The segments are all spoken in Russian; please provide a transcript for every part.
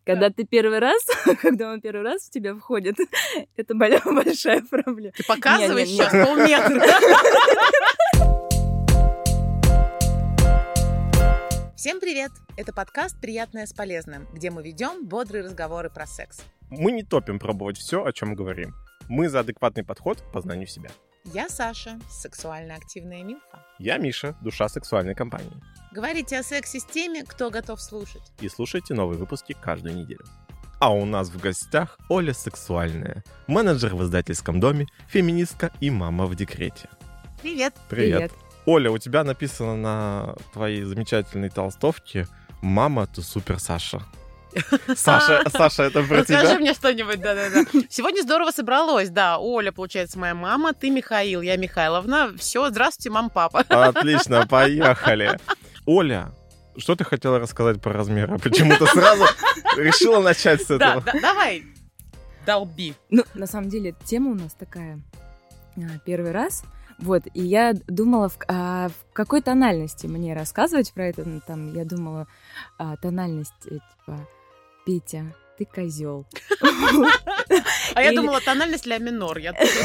Когда ты первый раз, когда он первый раз в тебя входит, это большая проблема. Ты показываешь сейчас полметра. Всем привет! Это подкаст «Приятное с полезным», где мы ведем бодрые разговоры про секс. Мы не топим пробовать все, о чем говорим. Мы за адекватный подход к познанию себя. Я Саша, сексуально активная нимфа. Я Миша, душа сексуальной компании. Говорите о сексе с теми, кто готов слушать. И слушайте новые выпуски каждую неделю. А у нас в гостях Оля Сексуальная, менеджер в издательском доме, феминистка и мама в декрете. Привет! Привет! Оля, у тебя написано на твоей замечательной толстовке «Мама, ты супер, Саша». Саша, это про тебя? Расскажи мне что-нибудь, да-да-да. Сегодня здорово собралось, да. Оля, получается, моя мама, ты Михаил, я Михайловна. Все, здравствуйте, мам-папа. Отлично, поехали. Оля, что ты хотела рассказать про размеры? Почему-то сразу решила начать с этого. Да, давай, долби. Ну, на самом деле, тема у нас такая. Первый раз. Вот, и я думала, в какой тональности мне рассказывать про это. Ну, там, я думала, тональность, типа, Петя, ты козел. А я думала, тональность ля минор.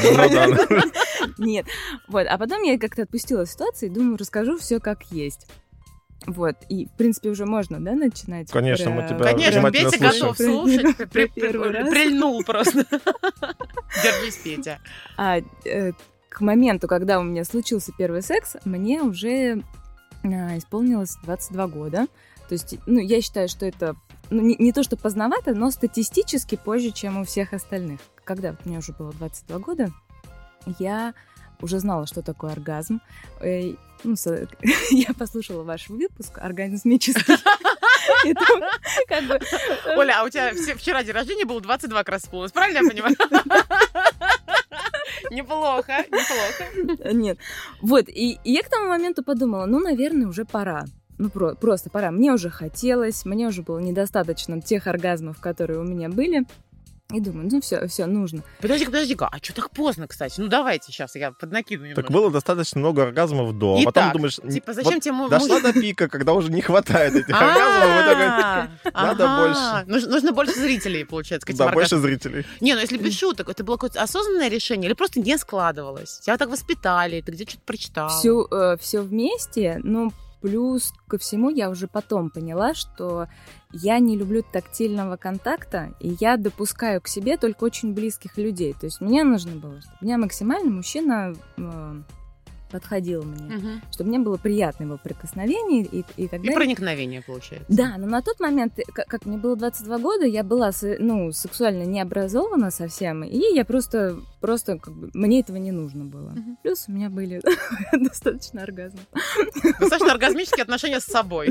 Нет. Вот, а потом я как-то отпустила ситуацию и думаю, расскажу все как есть. Вот, и, в принципе, уже можно, да, начинать? Конечно, мы тебя Конечно, внимательно Петя слушаем. готов слушать. Первый раз. Прильнул просто. Держись, Петя. К моменту, когда у меня случился первый секс, мне уже исполнилось 22 года. То есть, ну, я считаю, что это не то, что поздновато, но статистически позже, чем у всех остальных. Когда мне уже было 22 года, я уже знала, что такое оргазм. Я послушала ваш выпуск «Оргазмический». Оля, а у тебя вчера день рождения было 22 как раз исполнилось, правильно я понимаю? Неплохо. Нет. Вот, и я к тому моменту подумала, наверное, уже пора. Просто пора. Мне уже хотелось, мне уже было недостаточно тех оргазмов, которые у меня были. И думаю, все, нужно. Подожди-ка, а что так поздно, кстати? Ну, давайте сейчас, я поднакину немного. Так было достаточно много оргазмов до, а потом думаешь, типа, зачем тебе муж... Дошла до пика, когда уже не хватает этих оргазмов, надо больше. Нужно больше зрителей, получается. Да, больше зрителей. Не, если без шуток, это было какое-то осознанное решение или просто не складывалось? Тебя так воспитали, ты где что-то прочитала? Все вместе, но плюс ко всему я уже потом поняла, что я не люблю тактильного контакта, и я допускаю к себе только очень близких людей. То есть мне нужно было, чтобы меня максимально мужчина подходил мне, чтобы мне было приятно его прикосновение и так далее. И проникновение, получается. Да, но на тот момент, как мне было 22 года, я была сексуально необразована совсем, и я просто как бы, мне этого не нужно было. Плюс у меня были достаточно оргазмов. Достаточно оргазмические отношения с собой.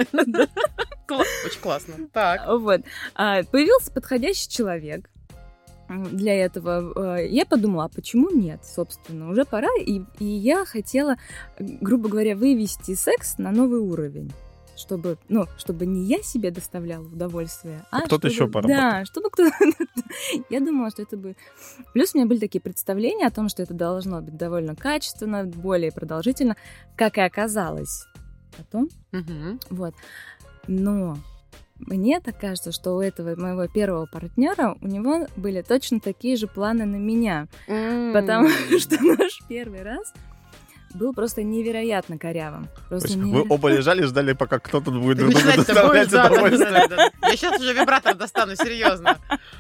Очень классно. Так. Вот. Появился подходящий человек. Для этого я подумала, а почему нет, собственно, уже пора, и я хотела, грубо говоря, вывести секс на новый уровень, чтобы не я себе доставляла удовольствие, а кто-то еще поработал. Да, чтобы кто-то... Я думала, что это будет... Плюс у меня были такие представления о том, что это должно быть довольно качественно, более продолжительно, как и оказалось потом. Вот. Но... Мне так кажется, что у этого моего первого партнера у него были точно такие же планы на меня. Потому что наш первый раз был просто невероятно корявым. Вы оба лежали и ждали, пока кто-то будет друг другу доставлять удовольствие. Я сейчас уже вибратор достану, серьезно.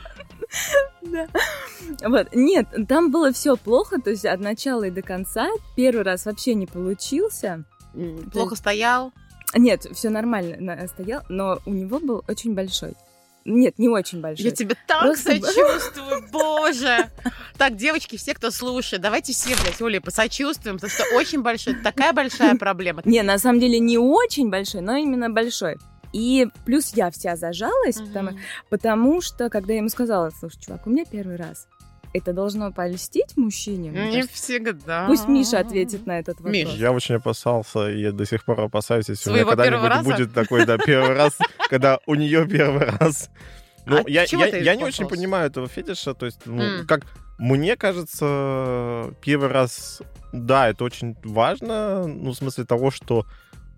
Да. Вот. Нет, там было все плохо, то есть от начала и до конца. Первый раз вообще не получился. Плохо стоял? Нет, все нормально стоял, но у него был очень большой. Нет, не очень большой. Я тебе так сочувствую, боже! Так, девочки, все, кто слушает, давайте все, блядь, Оле посочувствуем, потому что очень большой, такая большая проблема. Не, на самом деле не очень большой, но именно большой. И плюс я вся зажалась, потому что, когда я ему сказала, слушай, чувак, у меня первый раз. Это должно польстить мужчине? Не всегда. Пусть Миша ответит на этот вопрос. Миш. Я очень опасался, и я до сих пор опасаюсь, если своего у меня когда-нибудь будет такой, первый раз, когда у нее первый раз. Ну, я не очень понимаю этого фетиша, то есть, как мне кажется, первый раз, да, это очень важно, в смысле того, что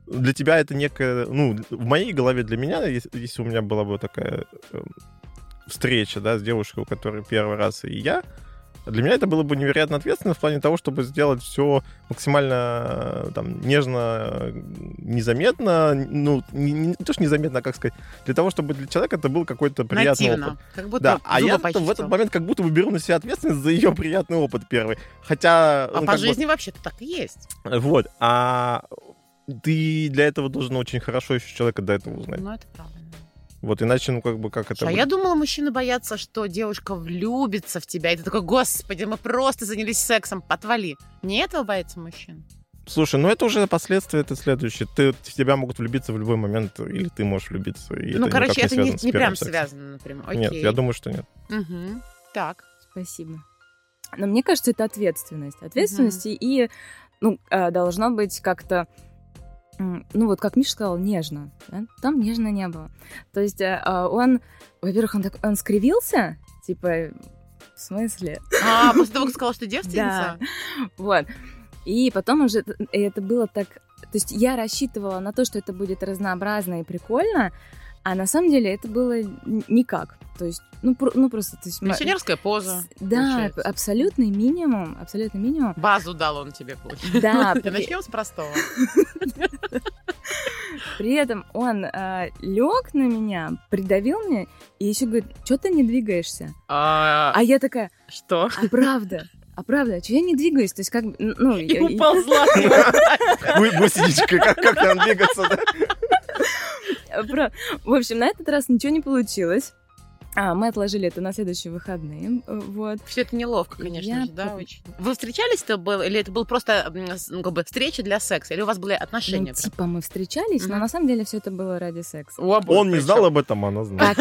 для тебя это некая... Ну, в моей голове для меня, если у меня была бы такая встреча, да, с девушкой, у которой первый раз и я, для меня это было бы невероятно ответственно в плане того, чтобы сделать все максимально там нежно, незаметно, ну, не то, что незаметно, а как сказать, для того, чтобы для человека это был какой-то приятный опыт. Как будто да, а я в этот момент как будто бы беру на себя ответственность за ее приятный опыт первый. Хотя... А по жизни вообще-то так и есть. Вот, а ты для этого должен очень хорошо еще человека до этого узнать. Ну, это правда. Вот, иначе, ну, как бы, как это... А я думала, мужчины боятся, что девушка влюбится в тебя, и ты такой, господи, мы просто занялись сексом, отвали. Не этого боится мужчина? Слушай, ну это уже последствия, это следующее. В тебя могут влюбиться в любой момент, или ты можешь влюбиться. И ну, это короче, это не прям сексом. связано напрямую. Окей. Нет, я думаю, что нет. Угу. Так. Спасибо. Но мне кажется, это ответственность. Ответственность и, ну, должно быть как-то... Ну, вот как Миша сказал, нежно. Да? Там нежно не было. То есть он, во-первых, он скривился, типа, в смысле? После того, как сказала, что девственница? Да, вот. И потом уже это было так... То есть я рассчитывала на то, что это будет разнообразно и прикольно, а на самом деле это было никак. То есть, ну просто... То есть, миссионерская поза. Да, абсолютный минимум. Базу дал он тебе, получается. Да. Начнем с простого. При этом он лег на меня, придавил меня и еще говорит, что ты не двигаешься? А я такая... Что? А правда, что я не двигаюсь? То есть как... Ну, и уползла. Гусеничка, как нам двигаться, да? В общем, на этот раз ничего не получилось. Мы отложили это на следующие выходные. Вот. Все это неловко, конечно же, да, очень. Вы встречались или это был просто как бы встреча для секса? Или у вас были отношения? Ну, типа мы встречались, но на самом деле все это было ради секса. Он не знал об этом, она знала.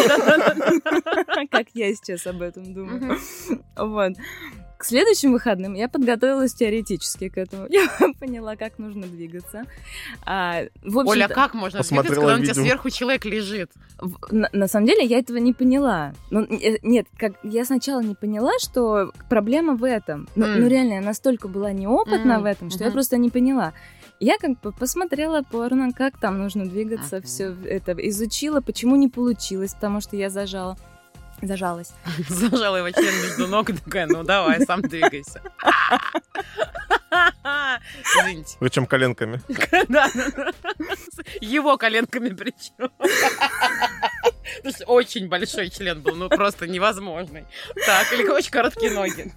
Как я сейчас об этом думаю. Вот. К следующим выходным я подготовилась теоретически к этому. Я поняла, как нужно двигаться. Оля, как можно двигаться, когда у тебя сверху человек лежит? На самом деле я этого не поняла. Нет, я сначала не поняла, что проблема в этом. Ну реально, я настолько была неопытна в этом, что я просто не поняла. Я как бы посмотрела порно, как там нужно двигаться, все это изучила, почему не получилось, потому что я зажалась. Зажала его член между ног и такая, ну давай, сам двигайся. Извините. Причем коленками. Да. Его коленками причем. Очень большой член был, ну просто невозможный. Так, или очень короткие ноги.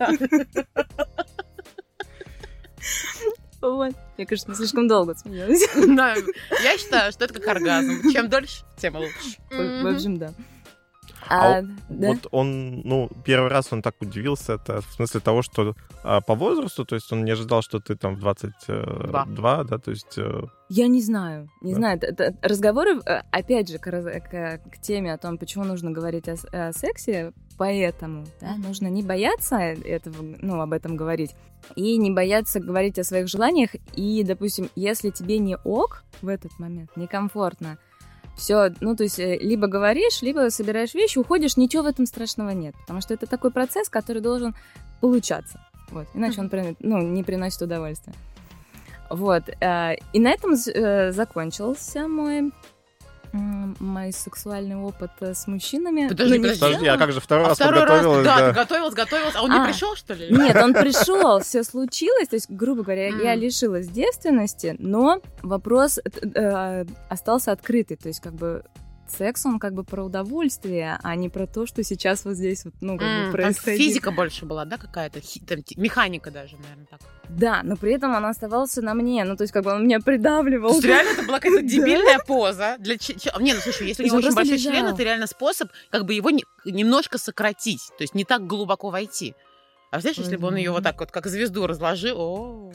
Вот. Мне кажется, мы слишком долго смеялись. Да, я считаю, что это как оргазм. Чем дольше, тем лучше. В общем, да. Да? Вот он, ну, первый раз он так удивился, это в смысле того, что по возрасту, то есть он не ожидал, что ты там в 22, да, то есть... Я не знаю. Это разговоры, опять же, к теме о том, почему нужно говорить о сексе, поэтому, да, нужно не бояться этого, ну, об этом говорить, и не бояться говорить о своих желаниях, и, допустим, если тебе не ок в этот момент, некомфортно, все, ну, то есть, либо говоришь, либо собираешь вещи, уходишь, ничего в этом страшного нет. Потому что это такой процесс, который должен получаться. Вот. Иначе он не приносит удовольствия. Вот. И на этом закончился мой сексуальный опыт с мужчинами. Подожди, а как же второй раз подготовилась? Да, ты готовилась, а он не пришел, что ли? Нет, он пришел, все случилось, то есть, грубо говоря, я лишилась девственности, но вопрос остался открытый, то есть, как бы, секс, он как бы про удовольствие, а не про то, что сейчас вот здесь вот, ну, как бы происходит. Физика больше была, да, какая-то? Механика даже, наверное, так. Да, но при этом он оставался на мне, ну, то есть, как бы он меня придавливал. То есть, реально это была какая-то дебильная поза. Не, ну, слушай, если у него очень большой член, это реально способ, как бы его немножко сократить, то есть не так глубоко войти. А знаешь, если бы он ее вот так вот, как звезду разложил,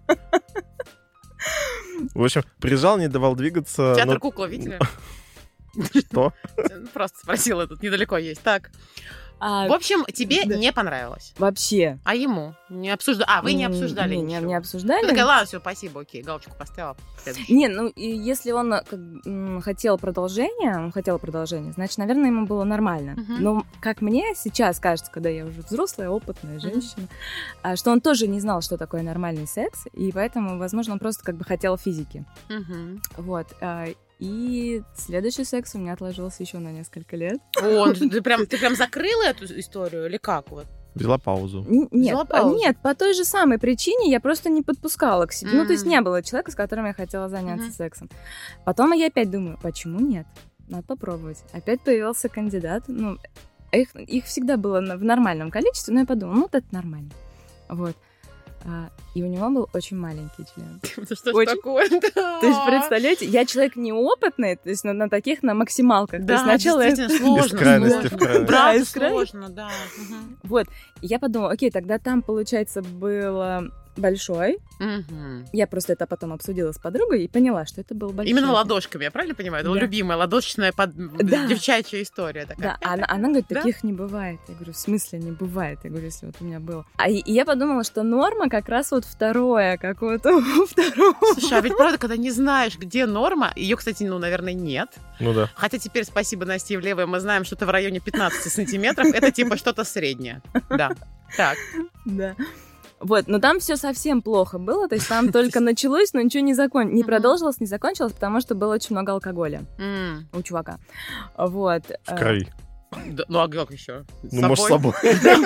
В общем, прижал, не давал двигаться. Театр кукла, видели? Что? Просто спросила, тут недалеко есть. Так. В общем, тебе не понравилось? Вообще. А ему? Не обсуждали? Вы не обсуждали ничего? Не обсуждали. Ты такая, ладно, все, спасибо, окей, галочку поставила. Не, если он хотел продолжения, значит, наверное, ему было нормально. Но, как мне сейчас кажется, когда я уже взрослая, опытная женщина, что он тоже не знал, что такое нормальный секс, и поэтому, возможно, он просто хотел физики. Вот. И следующий секс у меня отложился еще на несколько лет. Ты прям закрыла эту историю или как? Взяла паузу. Нет, по той же самой причине я просто не подпускала к себе. Ну, то есть не было человека, с которым я хотела заняться сексом. Потом я опять думаю, почему нет? Надо попробовать. Опять появился кандидат. Их всегда было в нормальном количестве, но я подумала, это нормально. Вот. И у него был очень маленький член. Это что ж такое? То есть, представляете, я человек неопытный, то есть на таких, на максималках. Да, действительно сложно. Из крайности в крайность. Правда, сложно, да. Вот, и я подумала, окей, тогда там, получается, было большой. Я просто это потом обсудила с подругой и поняла, что это был большой. Именно ладошками, я правильно понимаю? Это любимая ладошечная девчачья история такая. Да, она говорит, таких не бывает. Я говорю, в смысле не бывает? Я говорю, если вот у меня было. И я подумала, что норма как раз вот второе какое-то. Слушай, а ведь правда, когда не знаешь, где норма, ее, кстати, наверное, нет. Ну да. Хотя теперь, спасибо Насте Ивлеевой, мы знаем, что это в районе 15 сантиметров. Это типа что-то среднее. Да. Так. Да. Вот, но там все совсем плохо было, то есть там только началось, но ничего не продолжилось, не закончилось, потому что было очень много алкоголя у чувака. Вот. В крови. Ну, а как еще? Может, с собой.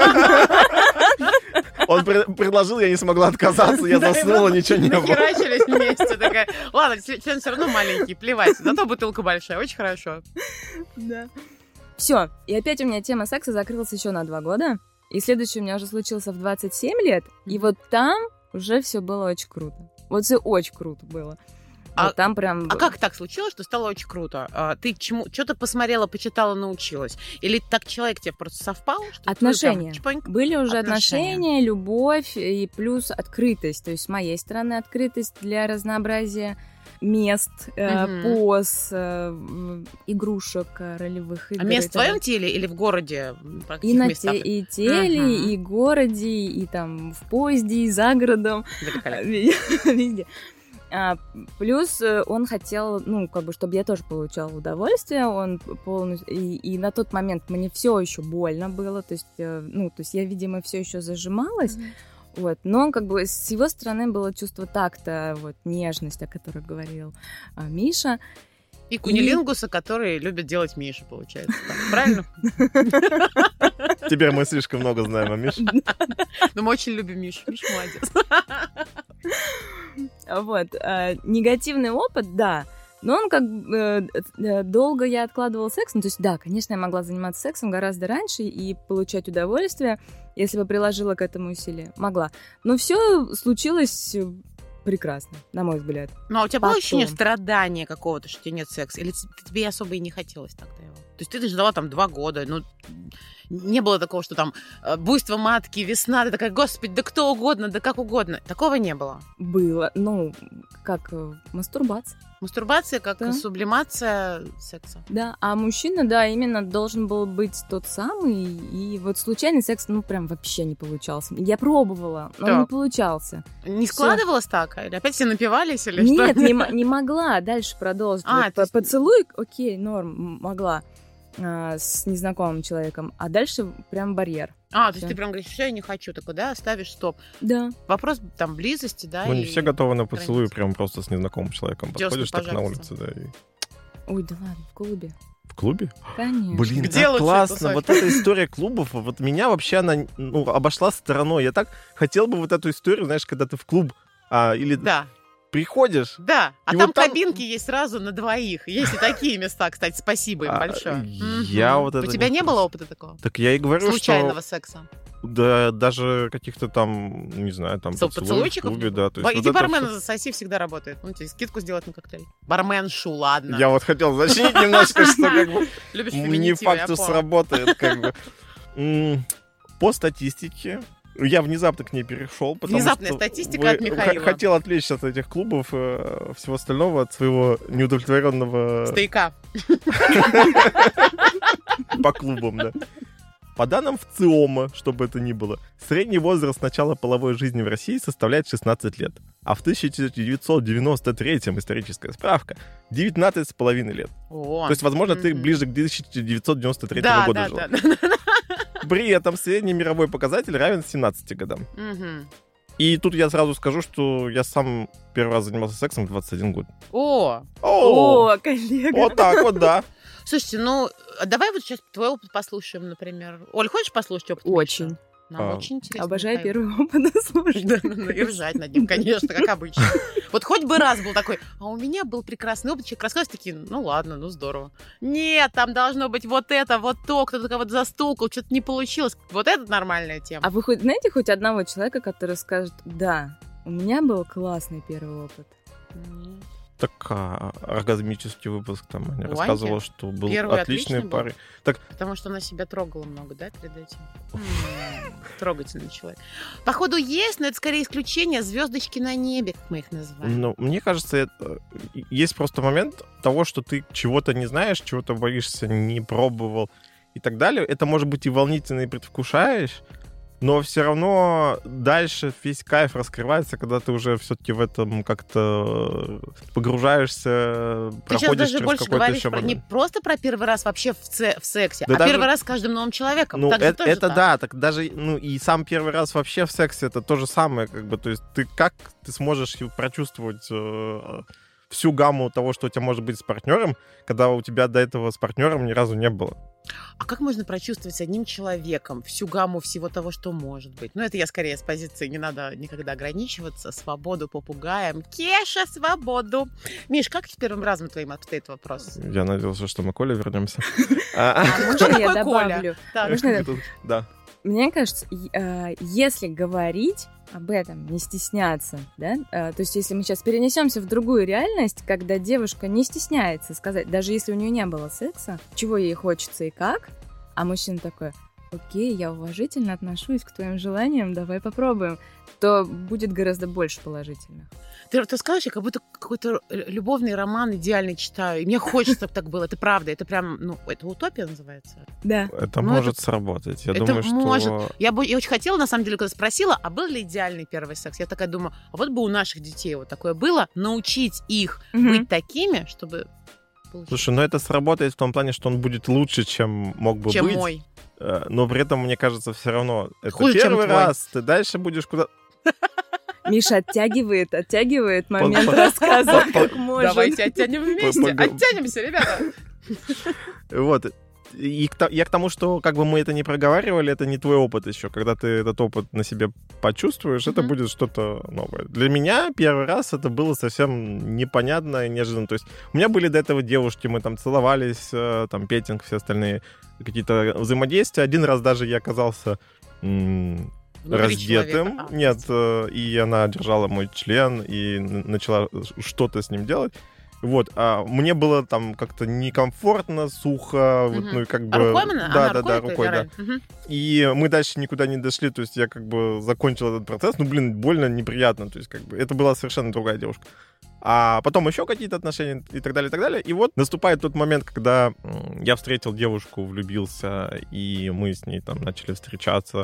Он предложил, я не смогла отказаться, я заснула, ничего не было. Нахерачились вместе, такая, ладно, член все равно маленький, плевать, зато бутылка большая, очень хорошо. Да. Все, и опять у меня тема секса закрылась еще на 2 года. И следующий у меня уже случился в 27 лет, и вот там уже все было очень круто. Вот все очень круто было. Вот там прям... А как так случилось, что стало очень круто? Ты что-то посмотрела, почитала, научилась? Или так человек тебе просто совпал? Отношения. Были уже отношения, любовь и плюс открытость. То есть с моей стороны открытость для разнообразия мест, поз, игрушек, ролевых игр. А мест в твоем теле или в городе? И на теле, и в городе, и там в поезде, и за городом. Везде. Плюс он хотел, чтобы я тоже получала удовольствие, он полностью, и на тот момент мне все еще больно было, то есть я, видимо, все еще зажималась. Вот. Но с его стороны было чувство такта, нежность, о которой говорил Миша. И кунилингуса, которые любят делать Миша, получается. Правильно? Теперь мы слишком много знаем о Мише. Но мы очень любим Мишу. Миша молодец. Вот. Негативный опыт, да. Но он долго я откладывала секс. То есть, да, конечно, я могла заниматься сексом гораздо раньше и получать удовольствие, если бы приложила к этому усилия. Могла. Но все случилось прекрасно, на мой взгляд. Ну, а у тебя было ощущение страдания какого-то, что тебе нет секса? Или тебе особо и не хотелось тогда его? То есть ты ждала 2 года, не было такого, что там буйство матки, весна, ты такая, господи, да кто угодно, да как угодно. Такого не было? Было, как мастурбация. Мастурбация как сублимация секса. Да, а мужчина, да, именно должен был быть тот самый, и вот случайный секс, прям вообще не получался. Я пробовала, но не получался. Не складывалось так? Или опять все напивались, или Нет, что? Нет, не могла дальше продолжить. Поцелуй, окей, норм, могла с незнакомым человеком, а дальше прям барьер. То есть ты прям говоришь, все, я не хочу, такой, да, ставишь стоп. Да. Вопрос там близости, да. Не все готовы на поцелуй прям просто с незнакомым человеком. Подходишь так на улице, да. Ой, да ладно, в клубе. В клубе? Конечно. Блин, так классно. Вот эта история клубов, вот меня вообще она обошла стороной. Я так хотел бы вот эту историю, знаешь, когда ты в клуб или... Да. Приходишь. Да, а там кабинки есть сразу на 2. Есть и такие места, кстати, спасибо им большое. У тебя не было опыта такого? Так я и говорю, случайного секса? Да, даже каких-то там, не знаю, там поцелуйчиков? В клубе, да. Иди бармена засоси, всегда работает. Он тебе скидку сделает на коктейль. Барменшу, ладно. Я вот хотел уточнить немножко, что Любишь не факт, что сработает. По статистике, Я внезапно к ней перешел, потому Внезапная что статистика от Михаила. Хотел отвлечься от этих клубов, всего остального, от своего неудовлетворенного... Стейка. По клубам, да. По данным ВЦИОМа, что бы это ни было, средний возраст начала половой жизни в России составляет 16 лет. А в 1993-м, историческая справка, 19,5 лет. О. То есть, возможно, ты ближе к 1993 году жил. Да. При этом средний мировой показатель равен 17 годам. И тут я сразу скажу, что я сам первый раз занимался сексом в 21 год. О, коллега. Вот так вот, да. Слушайте, давай вот сейчас твой опыт послушаем, например. Оль, хочешь послушать опыт? Очень. Нам очень интересно. Обожаю первый опыт слушать. И ржать над ним, конечно, как обычно. Вот хоть бы раз был такой, а у меня был прекрасный опыт, человек рассказывает, такие, ладно, здорово. Нет, там должно быть вот это, вот то, кто-то кого-то застукал, что-то не получилось. Вот это нормальная тема. А вы знаете хоть одного человека, который скажет, да, у меня был классный первый опыт? Нет. Так, оргазмический выпуск там Аня рассказывала, что был отличный парень. Так... Потому что она себя трогала много, да, перед этим? Трогательный человек. Походу есть, но это скорее исключение, звездочки на небе, как мы их называем. Ну, мне кажется, есть просто момент того, что ты чего-то не знаешь, чего-то боишься, не пробовал и так далее. Это может быть и волнительно, и предвкушаешь, но все равно дальше весь кайф раскрывается, когда ты уже все-таки в этом как-то погружаешься, ты проходишь сейчас даже через больше какой-то говоришь еще момент. не просто про первый раз вообще в сексе, да, а даже... первый раз с каждым новым человеком. Ну, так это так. да, так даже, и сам первый раз вообще в сексе это то же самое, как бы, то есть ты сможешь прочувствовать всю гамму того, что у тебя может быть с партнером, когда у тебя до этого с партнером ни разу не было. А как можно прочувствовать с одним человеком всю гамму всего того, что может быть? Это я скорее с позиции не надо никогда ограничиваться. Свободу попугаем. Кеша, свободу. Миш, как с первым разом твоим обстоит вопрос? Я надеялся, что мы к Коле вернемся. Можно я добавлю? Да. Мне кажется, если говорить об этом, не стесняться, да, то есть если мы сейчас перенесемся в другую реальность, когда девушка не стесняется сказать, даже если у нее не было секса, чего ей хочется и как, а мужчина такой, окей, я уважительно отношусь к твоим желаниям, давай попробуем, то будет гораздо больше положительных. Ты скажешь, я как будто какой-то любовный роман идеальный читаю, и мне хочется, чтобы так было. Это правда, это прям, это утопия называется? Да. Это может сработать. Я думаю, что... может. Я очень хотела, на самом деле, когда спросила, а был ли идеальный первый секс, я такая думаю, а вот бы у наших детей вот такое было, научить их быть такими, чтобы получить. Слушай, это сработает в том плане, что он будет лучше, чем мог бы быть. Чем мой. Но при этом, мне кажется, все равно это хуже, первый раз, ты дальше будешь куда-то... Миша оттягивает момент рассказа, как может. Давайте оттянем вместе. Оттянемся, ребята. Вот. И я к тому, что как бы мы это не проговаривали, это не твой опыт еще. Когда ты этот опыт на себе почувствуешь, это будет что-то новое. Для меня первый раз это было совсем непонятно и неожиданно. То есть у меня были до этого девушки, мы там целовались, там петинг, все остальные какие-то взаимодействия. Один раз даже я оказался... раздетым. Нет, и она держала мой член и начала что-то с ним делать. Вот, а мне было там как-то некомфортно, сухо, вот, как бы... Рукой Да, рукой, да. И мы дальше никуда не дошли, то есть я как бы закончил этот процесс, больно, неприятно, то есть как бы это была совершенно другая девушка. А потом еще какие-то отношения и так далее, и так далее. И вот наступает тот момент, когда я встретил девушку, влюбился, и мы с ней там начали встречаться,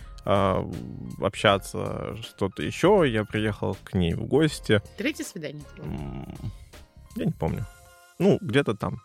общаться, что-то еще. Я приехал к ней в гости. Третье свидание? Я не помню. Где-то там.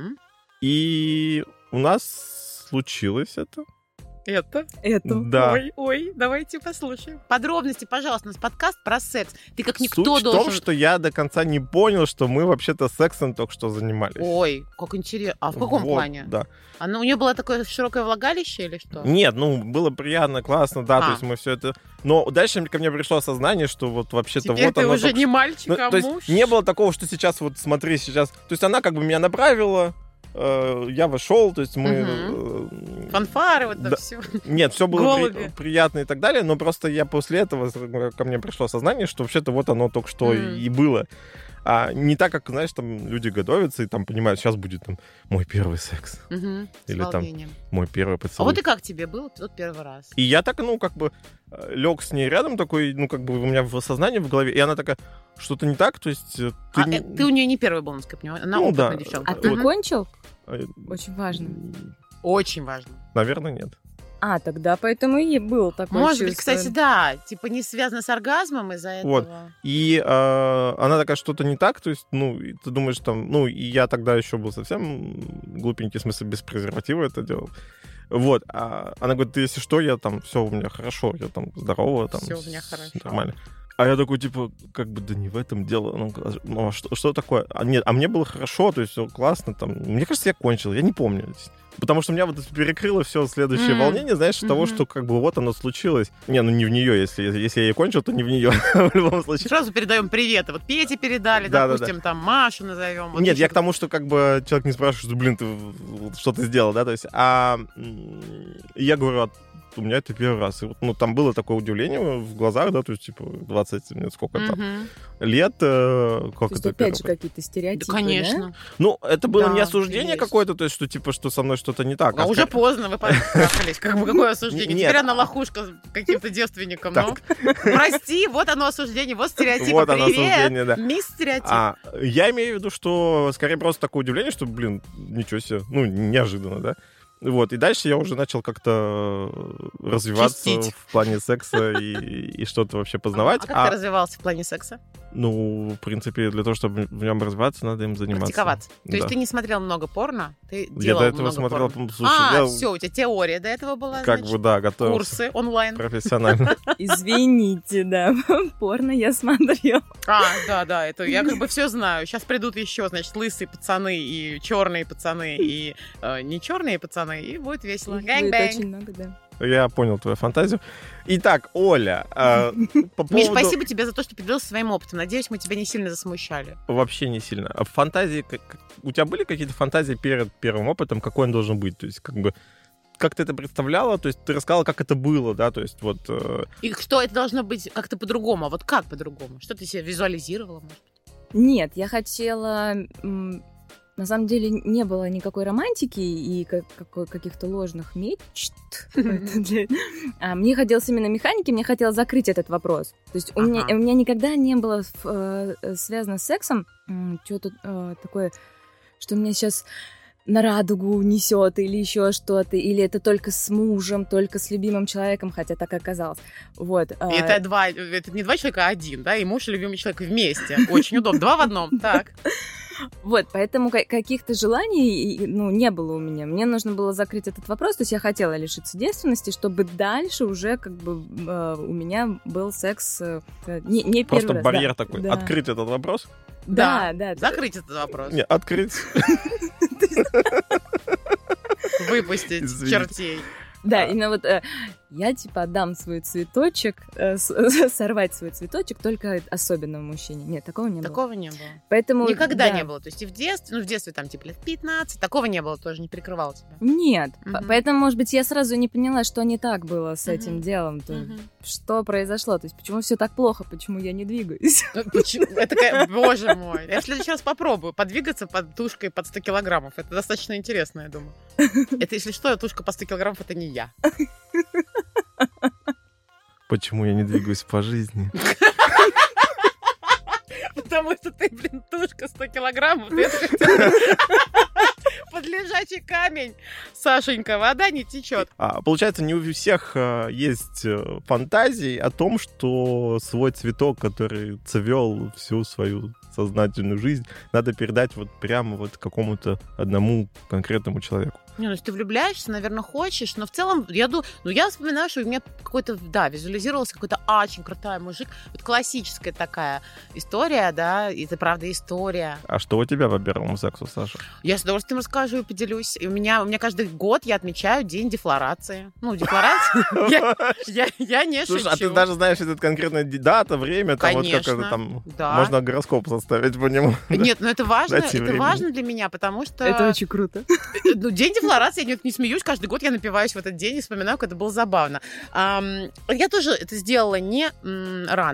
И у нас случилось это. Это? Да. Ой, давайте послушаем. Подробности, пожалуйста, у нас подкаст про секс. Ты как никто Суть должен... в том, что я до конца не понял, что мы вообще-то сексом только что занимались. Ой, как интересно. А в каком плане? Да. У нее было такое широкое влагалище или что? Нет, было приятно, классно, да, то есть мы все это... Но дальше ко мне пришло осознание, что вот вообще-то теперь вот ты оно... уже не мальчик, а то муж. Есть не было такого, что сейчас вот смотри, сейчас... То есть она как бы меня направила, я вошел, то есть мы... Фанфары, вот это все. Нет, все было приятно и так далее, но просто я после этого ко мне пришло осознание, что вообще-то вот оно только что и было. не так, как, знаешь, там люди готовятся и там понимают, сейчас будет там мой первый секс. Или там мой первый поцелуй. А вот и как тебе был тот первый раз? И я так, лег с ней рядом такой, у меня в сознании, в голове, и она такая, что-то не так, то есть... Ты у нее не первый был, насколько я понимаю, она опытная девчонка. А ты кончил? Очень важно. Очень важно. Наверное, нет. Тогда поэтому и был такой Может быть, кстати, да. Типа не связано с оргазмом из-за этого. Вот. И она такая, что-то не так, то есть, и ты думаешь, там, и я тогда еще был совсем глупенький, в смысле, без презерватива это делал. Вот. А она говорит, ты, если что, я там, все у меня хорошо, я там здорова, там, все у меня хорошо. Нормально. А я такой, типа, да не в этом дело. Что такое? Нет, мне было хорошо, то есть все классно. Там. Мне кажется, я кончил, я не помню. Потому что меня вот перекрыло все следующее волнение, знаешь, того, что вот оно случилось. Не в нее, если я ей кончил, то не в нее, в любом случае. Сразу передаем привет. Вот Пете передали, допустим, там Машу назовем. Нет, я к тому, что человек не спрашивает, что что ты сделал, да, то есть, я говорю, у меня это первый раз. И там было такое удивление в глазах, да, то есть, 20 минут, сколько там лет. То есть, опять же, какие-то стереотипы, да? Конечно. Это было не осуждение какое-то, то есть, что со мной что-то не так. А уже поздно, вы потрахались. Какое осуждение? Теперь она лохушка с каким-то девственником. Прости, вот оно осуждение, вот стереотип. Вот оно осуждение, да. Мисс стереотип. Я имею в виду, что скорее просто такое удивление, что, ничего себе, неожиданно, да. Вот, и дальше я уже начал как-то развиваться в плане секса и что-то вообще познавать. А как ты развивался в плане секса? В принципе, для того, чтобы в нем развиваться, надо им заниматься. Практиковаться. То есть ты не смотрел много порно? Ты делал я до этого смотрел, слушай, все, у тебя теория до этого была, готовился. Курсы онлайн. Профессионально. Извините, да, порно я смотрел. Да, это я все знаю. Сейчас придут еще, лысые пацаны и черные пацаны, и не черные пацаны, и будет весело. Гэнг-бэнг. Очень много, да. Я понял твою фантазию. Итак, Оля, по поводу... Миш, спасибо тебе за то, что поделился своим опытом. Надеюсь, мы тебя не сильно засмущали. Вообще не сильно. А фантазии... У тебя были какие-то фантазии перед первым опытом? Какой он должен быть? То есть, как ты это представляла? То есть, ты рассказала, как это было, да? То есть, вот... И что это должно быть как-то по-другому? А вот как по-другому? Что ты себе визуализировала, может быть? Нет, я хотела... На самом деле не было никакой романтики и каких-то ложных мечт. Мне хотелось именно механики, мне хотелось закрыть этот вопрос. То есть у меня никогда не было связано с сексом что-то такое, что меня сейчас на радугу несет или еще что-то, или это только с мужем, только с любимым человеком, хотя так и оказалось. Вот. И это не два человека, а один, да? И муж и любимый человек вместе. Очень удобно. Два в одном. Так. Вот, поэтому каких-то желаний, не было у меня. Мне нужно было закрыть этот вопрос, то есть я хотела лишиться девственности, чтобы дальше уже у меня был секс не первый раз. Просто барьер такой, да. Открыть этот вопрос? Да. Закрыть этот вопрос. Не, открыть. Выпустить чертей. Да, именно вот я отдам свой цветочек, сорвать свой цветочек только особенному мужчине. Нет, такого не было. Такого не было. Поэтому, никогда не было. То есть и в детстве там лет 15, такого не было, тоже не прикрывала тебя. Нет. Поэтому, может быть, я сразу не поняла, что не так было с этим делом. Что произошло? То есть почему все так плохо? Почему я не двигаюсь? Боже мой. Я в следующий раз попробую подвигаться под тушкой под 100 килограммов. Это достаточно интересно, я думаю. Это, если что, тушка по 100 килограммов, это не я. Почему я не двигаюсь по жизни? Потому что ты, тушка 100 килограммов. Под лежачий камень, Сашенька, вода не течет. Получается, не у всех есть фантазии о том, что свой цветок, который цвел всю свою сознательную жизнь, надо передать прямо какому-то одному конкретному человеку. Если ты влюбляешься, наверное, хочешь, но в целом, я вспоминаю, что у меня какой-то, визуализировался какой-то очень крутой мужик. Вот классическая такая история, да, и это правда история. А что у тебя по первому сексу, Саша? Я с удовольствием расскажу и поделюсь. И у меня каждый год я отмечаю день дефлорации. Декларации? Я не шучу. Слушай, а ты даже знаешь этот конкретная дата, время? Конечно, да. Можно гороскоп составить по нему. Нет, это важно для меня, потому что... Это очень круто. День дефлорации, я не смеюсь, каждый год я напиваюсь в этот день и вспоминаю, как это было забавно. Я тоже это сделала не рано.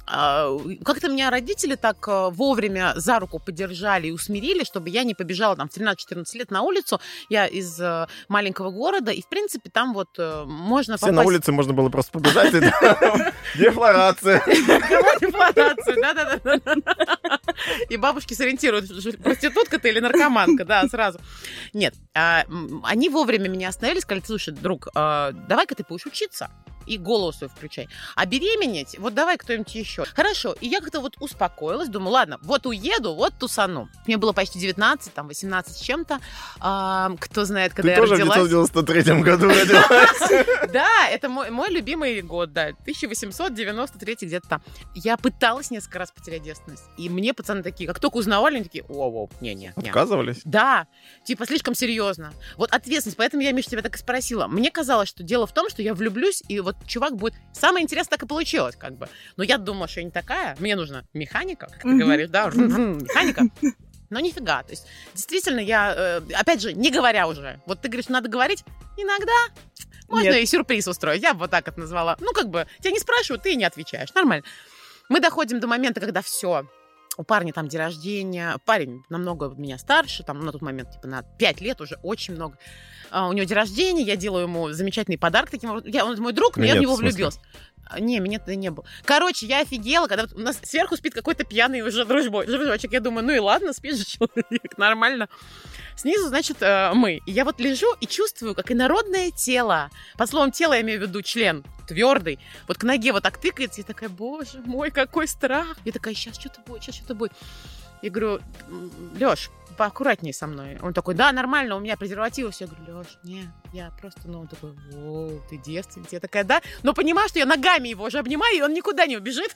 как-то меня родители так вовремя за руку поддержали и усмирили, чтобы я не побежала там в 13-14 лет на улицу. Я из маленького города, и, в принципе, там вот можно попасть... Все на улице можно было просто побежать. Дефлорация. Дефлорация, да-да-да. И бабушки сориентируют, проститутка ты или наркоманка, да, сразу. Нет, они вовремя меня остановили, сказали: слушай, друг, давай-ка ты будешь учиться. И голову свою включай. А беременеть, вот давай кто-нибудь еще. Хорошо. И я как-то вот успокоилась, думаю, ладно, вот уеду, вот тусану. Мне было почти 19, там, 18 с чем-то. Кто знает, когда я родилась. Ты тоже в 1993 году родилась. Да, это мой любимый год, да, 1893 где-то там. Я пыталась несколько раз потерять девственность. И мне пацаны такие, как только узнавали, они такие: о, не. Отказывались? Да, типа слишком серьезно. Вот ответственность, поэтому я, Миша, тебя так и спросила. Мне казалось, что дело в том, что я влюблюсь, и вот чувак будет... Самое интересное так и получилось, как бы. Но я думала, что я не такая. Мне нужна механика, как ты говоришь, да? Механика. Но нифига. То есть, действительно, я... Опять же, не говоря уже. Вот ты говоришь, надо говорить. Иногда можно и сюрприз устроить. Я бы вот так это назвала. Ну, как бы, тебя не спрашивают, ты и не отвечаешь. Нормально. Мы доходим до момента, когда все... У парня там день рождения. Парень намного меня старше, там на тот момент типа на 5 лет уже, очень много. У него день рождения, я делаю ему замечательный подарок таким образом. Он мой друг, но я в него влюбилась. Не, меня-то не было. Короче, я офигела, когда у нас сверху спит какой-то пьяный уже дружочек. Я думаю, ну и ладно, спит же человек, нормально. Снизу, значит, мы. И я вот лежу и чувствую, как инородное тело, под словом тело я имею в виду член, твердый, вот к ноге вот так тыкается, и такая: боже мой, какой страх. Я такая: сейчас что-то будет. Я говорю: Лёш, поаккуратнее со мной. Он такой: да, нормально, у меня презервативы все. Я говорю: Лёш, не, я просто, он такой: воу, ты девственница. Я такая: да, но понимаю, что я ногами его уже обнимаю, и он никуда не убежит.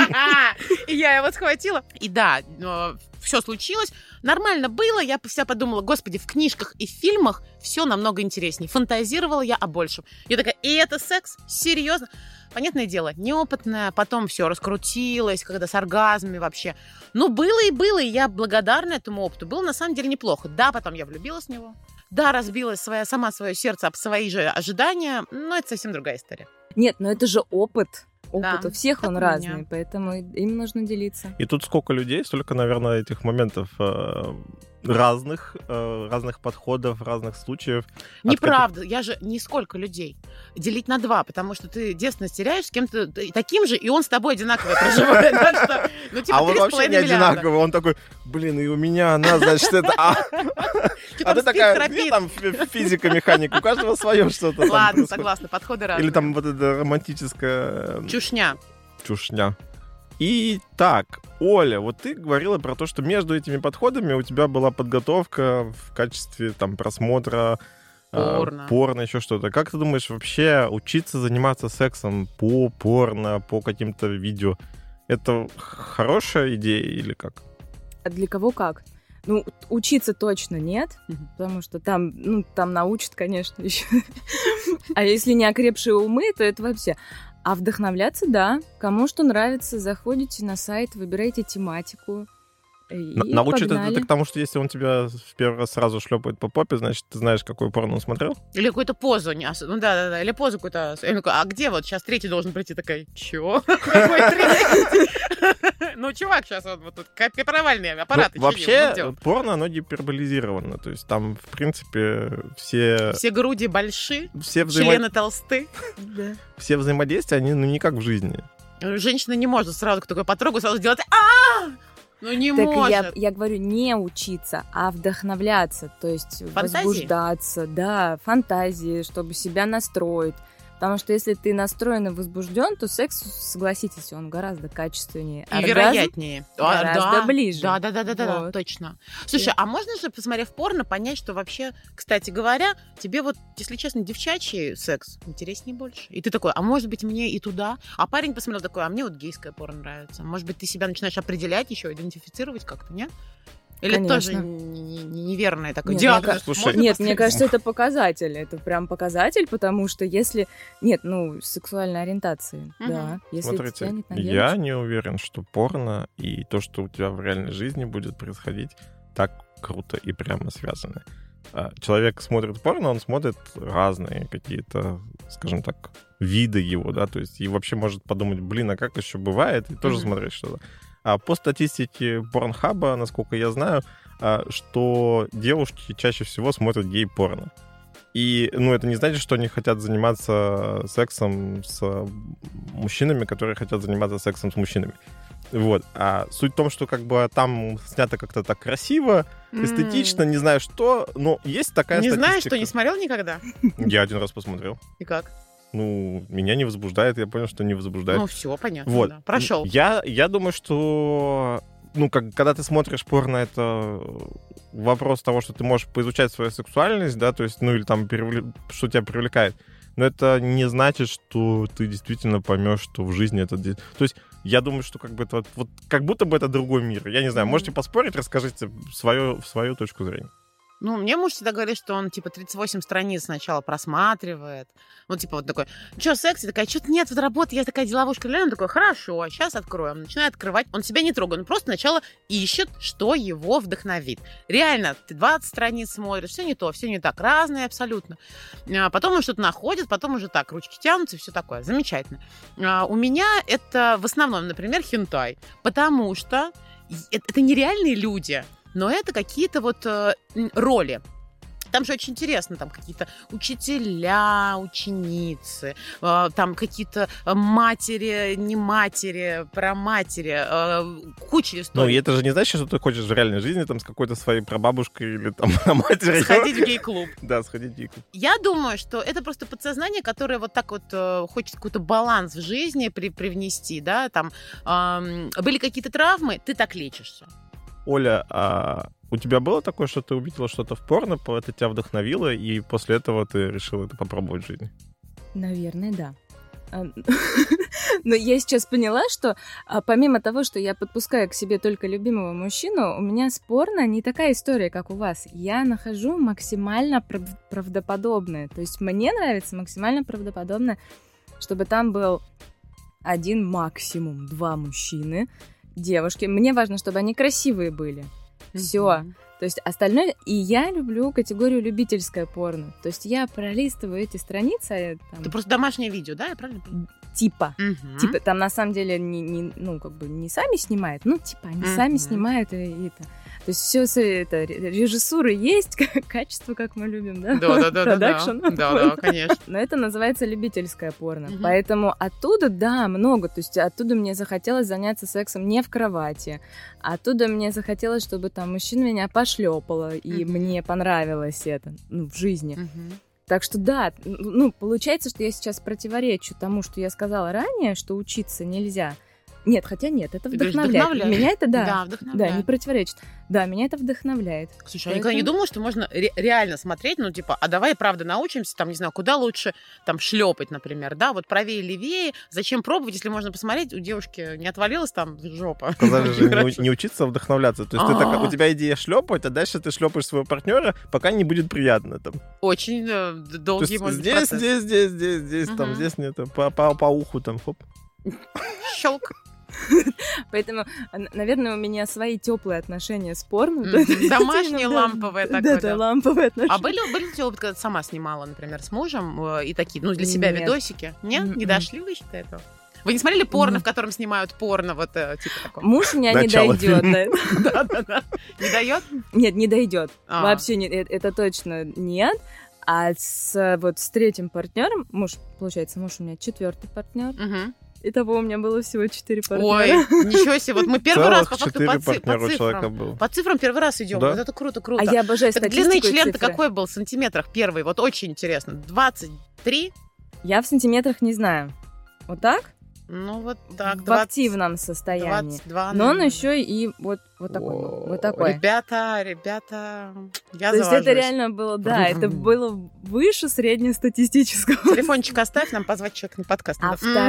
И я его схватила. И да, все случилось. Нормально было. Я вся подумала: господи, в книжках и в фильмах все намного интереснее. Фантазировала я о большем. Я такая: и это секс? Серьезно? Понятное дело, неопытная, потом все раскрутилось, когда с оргазмами вообще. Ну, было, и я благодарна этому опыту. Было на самом деле неплохо. Да, потом я влюбилась в него. Да, разбилась сама свое сердце об свои же ожидания, но это совсем другая история. Нет, но это же опыт. Да, у всех он разный, поэтому им нужно делиться. И тут сколько людей, столько, наверное, этих моментов разных подходов, разных случаев. Неправда, я же не сколько людей. Делить на 2, потому что ты девственность теряешь с кем-то таким же, и он с тобой одинаково проживает. А он вообще не одинаковый, он такой: блин, и у меня она, значит, это... А ты такая: где там физика, механика? У каждого свое что-то. Ладно, согласна, подходы разные. Или там вот это романтическое... Чушня. И так, Оля, вот ты говорила про то, что между этими подходами у тебя была подготовка в качестве там просмотра порно, еще что-то. Как ты думаешь, вообще учиться заниматься сексом по порно, по каким-то видео, это хорошая идея или как? А для кого как? Ну, учиться точно нет, потому что там научат, конечно, еще. А если не окрепшие умы, то это вообще... А вдохновляться, да. Кому что нравится, заходите на сайт, выбирайте тематику. Научит это к тому, что если он тебя в первый раз сразу шлепает по попе, значит, ты знаешь, какую порно он смотрел? Или какую-то позу. Ну да, или позу какую-то. А где вот сейчас третий должен прийти? Такая: чё? Какой третий? Ну, чувак, сейчас вот тут копировальные аппараты. Вообще, порно, оно гиперболизировано. То есть там, в принципе, все... Все груди большие, члены толсты. Все взаимодействия, они не как в жизни. Женщина не может сразу к такой потрогу сразу делать: ну не так может. Я говорю, не учиться, а вдохновляться, то есть фантазии? Возбуждаться, да, фантазии, чтобы себя настроить. Потому что если ты настроен и возбужден, то секс, согласитесь, он гораздо качественнее. И вероятнее. Гораздо ближе. Да, точно. Слушай, а можно же, посмотрев порно, понять, что вообще, кстати говоря, тебе вот, если честно, девчачий секс интереснее больше. И ты такой: а может быть, мне и туда? А парень посмотрел такой: а мне вот гейское порно нравится. Может быть, ты себя начинаешь определять еще, идентифицировать как-то, нет? Или конечно. Тоже неверное такое диагноз? Нет, мне кажется, это показатель. Это прям показатель, потому что если... Нет, сексуальной ориентации, да. Если смотрите, я не уверен, что порно и то, что у тебя в реальной жизни будет происходить, так круто и прямо связаны. Человек смотрит порно, он смотрит разные какие-то скажем так, вида его, да, то есть и вообще может подумать, блин, а как еще бывает, и тоже смотреть что-то. А по статистике Порнхаба, насколько я знаю, что девушки чаще всего смотрят гей-порно. И, это не значит, что они хотят заниматься сексом с мужчинами, которые хотят заниматься сексом с мужчинами. Вот. А суть в том, что как бы там снято как-то так красиво, эстетично, не знаю что, но есть такая статистика. Не знаю, что, не смотрел никогда? Я один раз посмотрел. И как? Меня не возбуждает, я понял, что не возбуждает. Все, понятно, вот. Да. Прошел. Я думаю, что... когда ты смотришь порно, это вопрос того, что ты можешь поизучать свою сексуальность, да, то есть, или там, что тебя привлекает. Но это не значит, что ты действительно поймешь, что в жизни это... То есть, я думаю, что как бы это как будто бы это другой мир. Я не знаю, можете поспорить, расскажите свою точку зрения. Мне муж всегда говорит, что он, 38 страниц сначала просматривает. Такой, что, секс? Я такая, что-то нет, работы. Я такая деловушка. Он такой, хорошо, сейчас открою. Он начинает открывать. Он себя не трогает. Он просто сначала ищет, что его вдохновит. Реально, ты 20 страниц смотришь, все не то, все не так. Разные абсолютно. Потом он что-то находит, потом уже так, ручки тянутся и все такое. Замечательно. У меня это в основном, например, хентай. Потому что это нереальные люди. Но это какие-то роли. Там же очень интересно, там какие-то учителя, ученицы, там какие-то матери, не матери, праматери, куча историй. И это же не значит, что ты хочешь в реальной жизни там с какой-то своей прабабушкой или там матерью. Сходить в гей-клуб. Да, сходить в гей-клуб. Я думаю, что это просто подсознание, которое хочет какой-то баланс в жизни привнести, да, там были какие-то травмы, ты так лечишься. Оля, а у тебя было такое, что ты увидела что-то в порно, это тебя вдохновило, и после этого ты решила это попробовать в жизни? Наверное, да. Но я сейчас поняла, что помимо того, что я подпускаю к себе только любимого мужчину, у меня с порно не такая история, как у вас. Я нахожу максимально правдоподобное. То есть мне нравится максимально правдоподобно, чтобы там был один, максимум 2 мужчины, девушки. Мне важно, чтобы они красивые были. Все. То есть остальное... И я люблю категорию любительское порно. То есть я пролистываю эти страницы. Это просто домашнее видео, да? Я правильно понимаю? Типа, там на самом деле не сами снимают, они сами снимают и это. То есть все это, режиссура есть, качество, как мы любим, да? Да. Продакшн. Да, конечно. Но это называется любительское порно. Поэтому оттуда, да, много. То есть оттуда мне захотелось заняться сексом не в кровати. Оттуда мне захотелось, чтобы там мужчина меня пошлепало, и мне понравилось это в жизни. Так что да, получается, что я сейчас противоречу тому, что я сказала ранее, что учиться нельзя. Нет, это вдохновляет. Меня это, вдохновляет. Да, не противоречит. Да, меня это вдохновляет. Слушай, я никогда не думала, что можно реально смотреть, а давай, правда, научимся, там, не знаю, куда лучше там шлепать, например, да, правее, левее, зачем пробовать, если можно посмотреть, у девушки не отвалилась там жопа. Сказали же не учиться, а вдохновляться. То есть у тебя идея шлепать, а дальше ты шлепаешь своего партнера, пока не будет приятно там. Очень долгий может быть процесс. Здесь, там, здесь нет, по уху там, хоп. Щелк. Поэтому, наверное, у меня свои теплые отношения с порно. Домашнее ламповое такое. Да, ламповое отношение. А были теплые, когда ты сама снимала, например, с мужем, и такие, для себя видосики? Нет? Не дошли вы еще до этого? Вы не смотрели порно, в котором снимают порно, типа такого? Муж у меня не дойдет. Да. Не дает? Нет, не дойдет. Вообще это точно нет. А с третьим партнером, муж у меня 4-й партнер. Итого у меня было всего 4 партнера. Ой, ничего себе. Мы первый раз по факту по цифрам первый раз идем. Да. Вот это круто. А я обожаю статистику. Длинный член-то какой был в сантиметрах первый? Очень интересно. 23? Я в сантиметрах не знаю. Вот так? Так. В активном состоянии. 22. Но он еще и вот такой. Вот такой. Ребята, я завожусь. То есть это реально было, это было выше среднестатистического. Телефончик оставь, нам позвать человека на подкаст.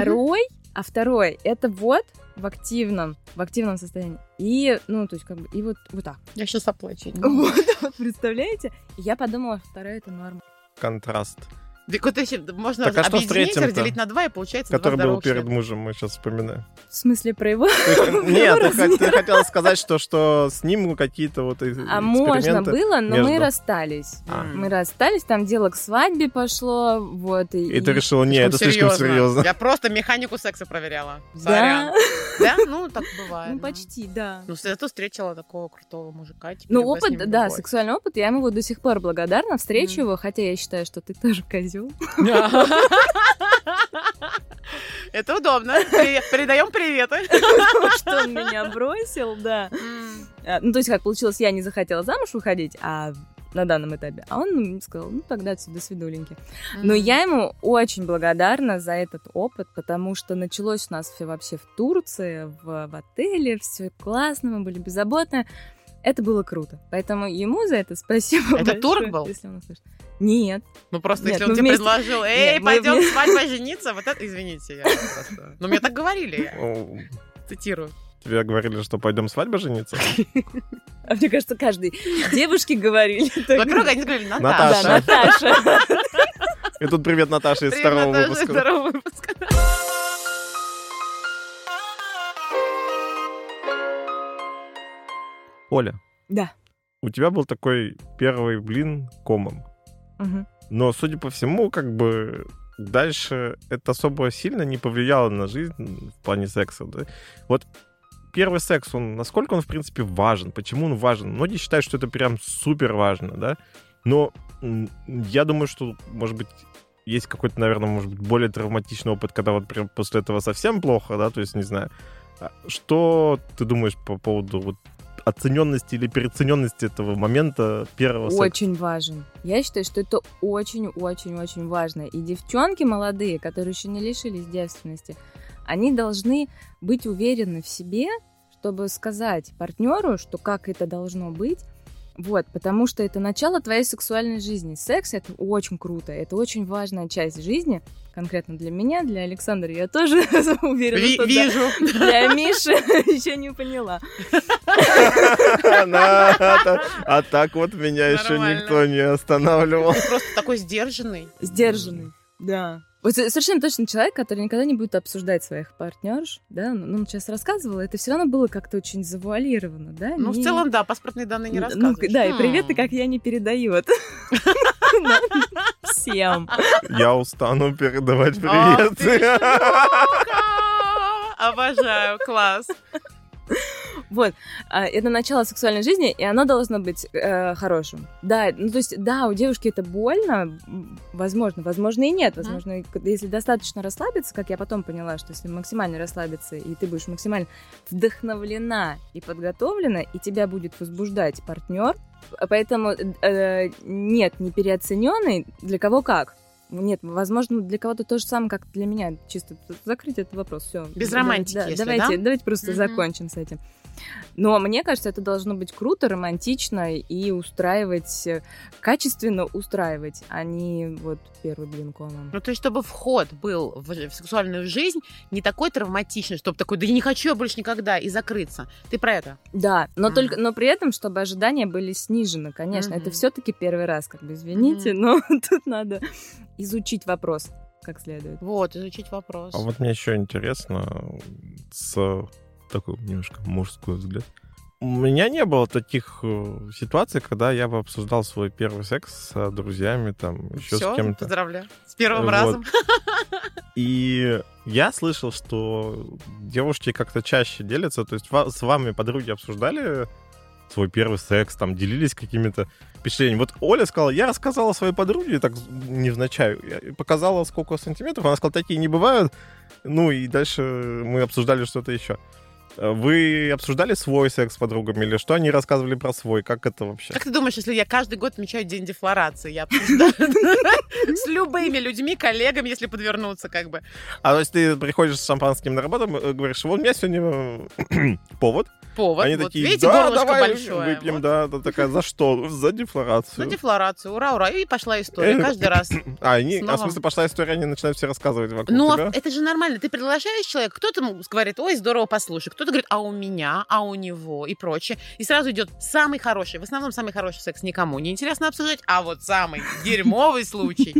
А второй, это в активном состоянии. И, то есть и вот так. Я сейчас оплачу. Вот, представляете? И я подумала, второй это норма. Контраст. Можно объединить, разделить на 2, и получается 2 который здоровых был перед члена. мужем, мы сейчас вспоминаем. В смысле, про его? Нет, ты хотела сказать, что с ним какие-то вот эксперименты. А можно было, но мы расстались. А. Мы расстались, там дело к свадьбе пошло, вот. И ты решила, нет, это слишком серьезно. Я просто механику секса проверяла. Да? Да? Ну, так бывает. Ну, почти, да. Ну, зато встретила такого крутого мужика. Ну, опыт, да, сексуальный опыт, я ему до сих пор благодарна, встречу его, хотя я считаю, что ты тоже козел. Это удобно. Передаем приветы. Что он меня бросил, да. Ну, то есть, как получилось, я не захотела замуж выходить, на данном этапе. А он сказал, ну, тогда до свидуленьки. Но я ему очень благодарна за этот опыт, потому что началось у нас все вообще в Турции, в отеле, все классно, мы были беззаботны. Это было круто. Поэтому ему за это спасибо большое. Это турк был? Если он услышит. Нет. Ну, просто Нет, если он тебе предложил, пойдем свадьбой жениться, вот это, извините, я просто... Ну, мне так говорили, я цитирую. Тебе говорили, что пойдем свадьбой жениться? А мне кажется, каждой девушке говорили. Во-первых, они говорили, Наташа. Да, Наташа. И тут привет Наташе из второго выпуска. Оля. Да. У тебя был такой первый блин комом. Угу. Но, судя по всему, как бы дальше это особо сильно не повлияло на жизнь в плане секса. Да? Вот первый секс, насколько он, в принципе, важен? Почему он важен? Многие считают, что это прям супер важно, да? Но я думаю, что, может быть, есть какой-то, наверное, может быть, более травматичный опыт, когда вот прям после этого совсем плохо, да? То есть, не знаю. Что ты думаешь по поводу вот оцененности или переоцененности этого момента первого секса? Очень важен. Я считаю, что это очень-очень-очень важно. И девчонки молодые, которые еще не лишились девственности, они должны быть уверены в себе, чтобы сказать партнеру, что как это должно быть. Вот, потому что это начало твоей сексуальной жизни. Секс — это очень круто, это очень важная часть жизни. Конкретно для меня, для Александра я тоже уверена, что вижу. Да. Для Миши еще не поняла. А так вот меня еще никто не останавливал. Ты просто такой сдержанный. Сдержанный, да. Вот совершенно точно человек, который никогда не будет обсуждать своих партнерш, да, ну, он сейчас рассказывал, это все равно было как-то очень завуалировано, да. Ну, в целом, да, паспортные данные не рассказываешь. Да, и приветы, как я, не передает. Всем. Я устану передавать приветы. Обожаю, класс. Вот, это начало сексуальной жизни, и оно должно быть хорошим. Да, ну то есть, да, у девушки это больно, возможно и нет. Возможно, если достаточно расслабиться, как я потом поняла, что если максимально расслабиться, и ты будешь максимально вдохновлена и подготовлена, и тебя будет возбуждать партнер, поэтому нет, не переоцененный, для кого как. Нет, возможно, для кого-то то же самое, как для меня. Чисто закрыть этот вопрос. Все. Без романтики, если, давайте просто закончим с этим. Но мне кажется, это должно быть круто, романтично и устраивать, качественно устраивать, а не вот первый блин комом. Ну, то есть, чтобы вход был в сексуальную жизнь не такой травматичный, чтобы такой, да я не хочу я больше никогда, и закрыться. Ты про это? Да, но при этом, чтобы ожидания были снижены, конечно. Это все-таки первый раз, как бы, извините, но тут надо изучить вопрос как следует. Вот, изучить вопрос. А вот мне еще интересно, с такой немножко мужской взгляд. У меня не было таких ситуаций, когда я бы обсуждал свой первый секс с друзьями, там, еще с кем-то. Поздравляю. С первым разом. И я слышал, что девушки как-то чаще делятся. То есть с вами подруги обсуждали свой первый секс, там, делились какими-то впечатлениями. Вот Оля сказала, я рассказала своей подруге, так невзначай, я показала, сколько сантиметров, она сказала, такие не бывают. Ну, и дальше мы обсуждали что-то еще. Вы обсуждали свой секс с подругами или что они рассказывали про свой? Как это вообще? Как ты думаешь, если я каждый год отмечаю день дефлорации, я обсуждаю с любыми людьми, коллегами, если подвернуться, как бы. А то есть ты приходишь с шампанским на работу, говоришь, вот у меня сегодня повод. Они вот такие, видите, да, давай большое. Выпьем, вот. Да, такая, за что? За дефлорацию. За дефлорацию, ура. И пошла история каждый раз. В смысле, пошла история, они начинают все рассказывать вокруг тебя? Ну, это же нормально. Ты приглашаешь человека, кто-то говорит, ой, здорово, послушай. Кто-то говорит, а у меня, а у него и прочее. И сразу идет самый хороший. В основном самый хороший секс никому не интересно обсуждать, а вот самый дерьмовый случай.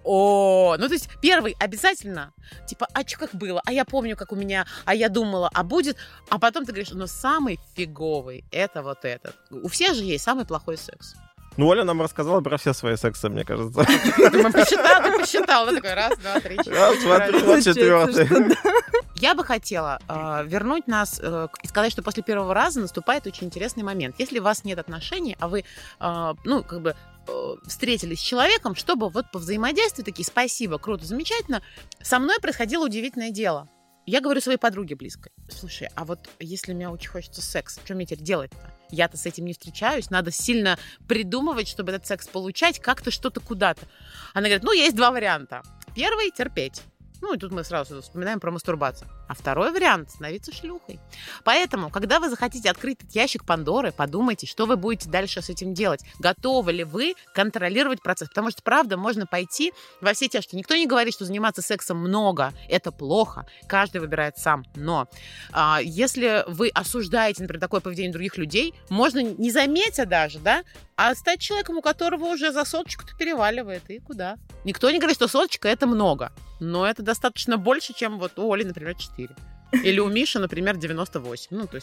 ну то есть первый обязательно, типа, а что как было, а я помню, как у меня, а я думала, а будет, а потом ты говоришь, но самый фиговый это вот этот. У всех же есть самый плохой секс. Ну, Оля нам рассказала про все свои сексы, мне кажется. Думаю, посчитал, да, такой, 1, 2, 3, 4. Раз, два, три, вот 4. Я бы хотела вернуть нас и сказать, что после первого раза наступает очень интересный момент. Если у вас нет отношений, а вы, встретились с человеком, чтобы вот по взаимодействию такие, спасибо, круто, замечательно, со мной происходило удивительное дело. Я говорю своей подруге близкой, слушай, а вот если мне очень хочется секс, что мне теперь делать-то? Я-то с этим не встречаюсь, надо сильно придумывать, чтобы этот секс получать, как-то что-то куда-то. Она говорит, есть 2 варианта. Первый — терпеть. И тут мы сразу вспоминаем про мастурбацию. А второй вариант — становиться шлюхой. Поэтому, когда вы захотите открыть этот ящик Пандоры, подумайте, что вы будете дальше с этим делать. Готовы ли вы контролировать процесс? Потому что, правда, можно пойти во все тяжкие. Никто не говорит, что заниматься сексом много — это плохо. Каждый выбирает сам. Но если вы осуждаете, например, такое поведение других людей, можно, не заметя даже, да, а стать человеком, у которого уже за соточку-то переваливает. И куда? Никто не говорит, что соточка — это много. Но это достаточно больше, чем вот у Оли, например, 4. Или у Миши, например, 98. То есть...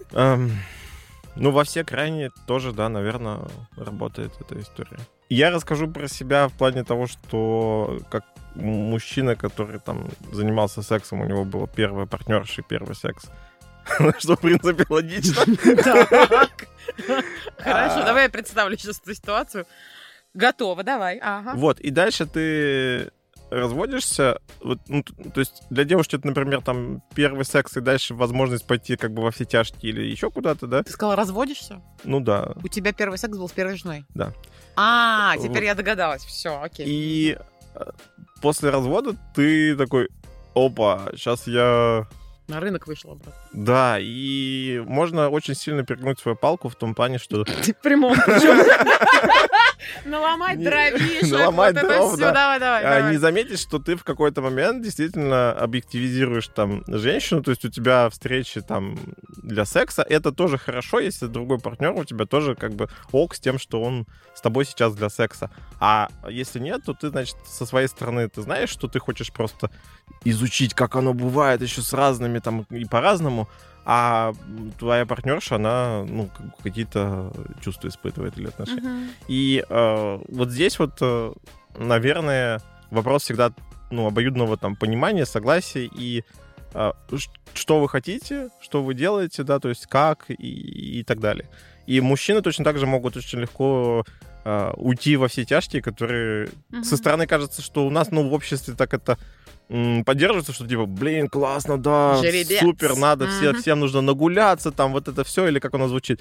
Во все крайние тоже, да, наверное, работает эта история. Я расскажу про себя в плане того, что как мужчина, который там занимался сексом, у него было первая партнерша и первый секс. Что, в принципе, логично. Так. Хорошо, давай я представлю сейчас эту ситуацию. Готово, давай. Вот, и дальше ты разводишься, то есть для девушки это, например, там первый секс и дальше возможность пойти как бы во все тяжкие или еще куда-то, да? Ты сказала, разводишься? Ну да. У тебя первый секс был с первой женой? Да. Теперь я догадалась, все, окей. И после развода ты такой, опа, сейчас я... На рынок вышел обратно. Да, и можно очень сильно перегнуть свою палку в том плане, что... Прямом. Наломать дровишек. Наломать дров, да. Давай. Не заметить, что ты в какой-то момент действительно объективизируешь там женщину, то есть у тебя встречи там для секса. Это тоже хорошо, если другой партнер у тебя тоже как бы ок с тем, что он с тобой сейчас для секса. А если нет, то ты, значит, со своей стороны ты знаешь, что ты хочешь просто изучить, как оно бывает еще с разными там и по-разному, а твоя партнерша, она, какие-то чувства испытывает или отношения. И вот здесь вот, наверное, вопрос всегда, обоюдного там понимания, согласия и что вы хотите, что вы делаете, да, то есть как и так далее. И мужчины точно так же могут очень легко уйти во все тяжкие, которые со стороны кажется, что у нас, в обществе так это поддерживается, что типа, блин, классно, да, жеребец. Супер, надо, всем нужно нагуляться, там вот это все, или как оно звучит.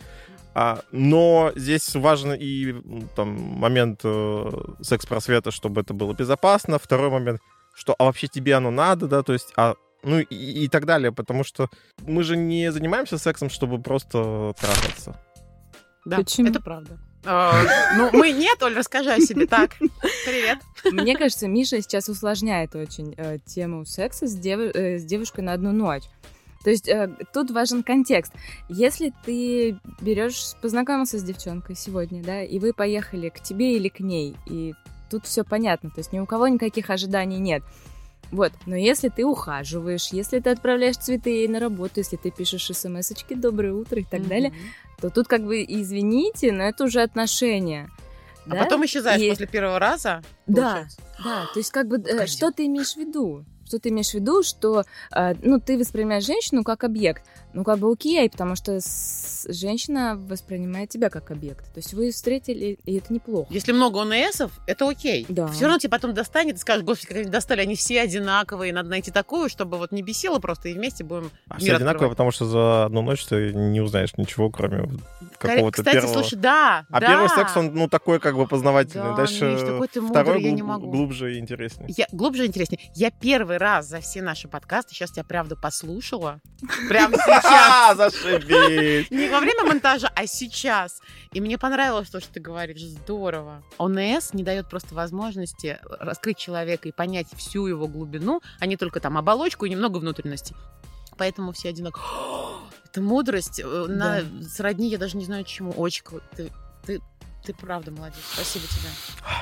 Но здесь важен и там момент секс-просвета, чтобы это было безопасно. Второй момент, что вообще тебе оно надо, да, то есть, и так далее, потому что мы же не занимаемся сексом, чтобы просто трахаться. Да, почему? Это правда. Мы нет, Оль, расскажи о себе. Так, привет. Мне кажется, Миша сейчас усложняет очень тему секса с девушкой на одну ночь. То есть тут важен контекст. Если ты познакомился с девчонкой сегодня, да, и вы поехали к тебе или к ней, и тут все понятно, то есть ни у кого никаких ожиданий нет. Вот, но если ты ухаживаешь, если ты отправляешь цветы ей на работу, если ты пишешь смс-очки «доброе утро» и так далее, то тут как бы, извините, но это уже отношения. А потом исчезаешь после первого раза? Да, то есть как бы, что ты имеешь в виду? Что ты имеешь в виду, что ты воспринимаешь женщину как объект. Как бы окей, потому что женщина воспринимает тебя как объект. То есть вы встретили, и это неплохо. Если много ОНСов, это окей. Да. Все равно тебе потом достанет, и скажешь, господи, как они достали, они все одинаковые, надо найти такую, чтобы вот не бесило просто, и вместе будем все одинаковые, потому что за одну ночь ты не узнаешь ничего, кроме какого-то Кстати, первого. Слушай, да. Первый секс, он такой как бы познавательный. Да, дальше Миш, такой ты второй мудрый, я не могу. глубже и интереснее. Глубже и интереснее. Я первый раз за все наши подкасты, сейчас тебя правда послушала. Прямо сейчас. Зашибись! Не во время монтажа, а сейчас. И мне понравилось то, что ты говоришь. Здорово. ОНС не дает просто возможности раскрыть человека и понять всю его глубину, а не только там оболочку и немного внутренности. Поэтому все одинаковые. Это мудрость. Да. Сродни, я даже не знаю чему. Очень круто. Ты правда молодец. Спасибо тебе.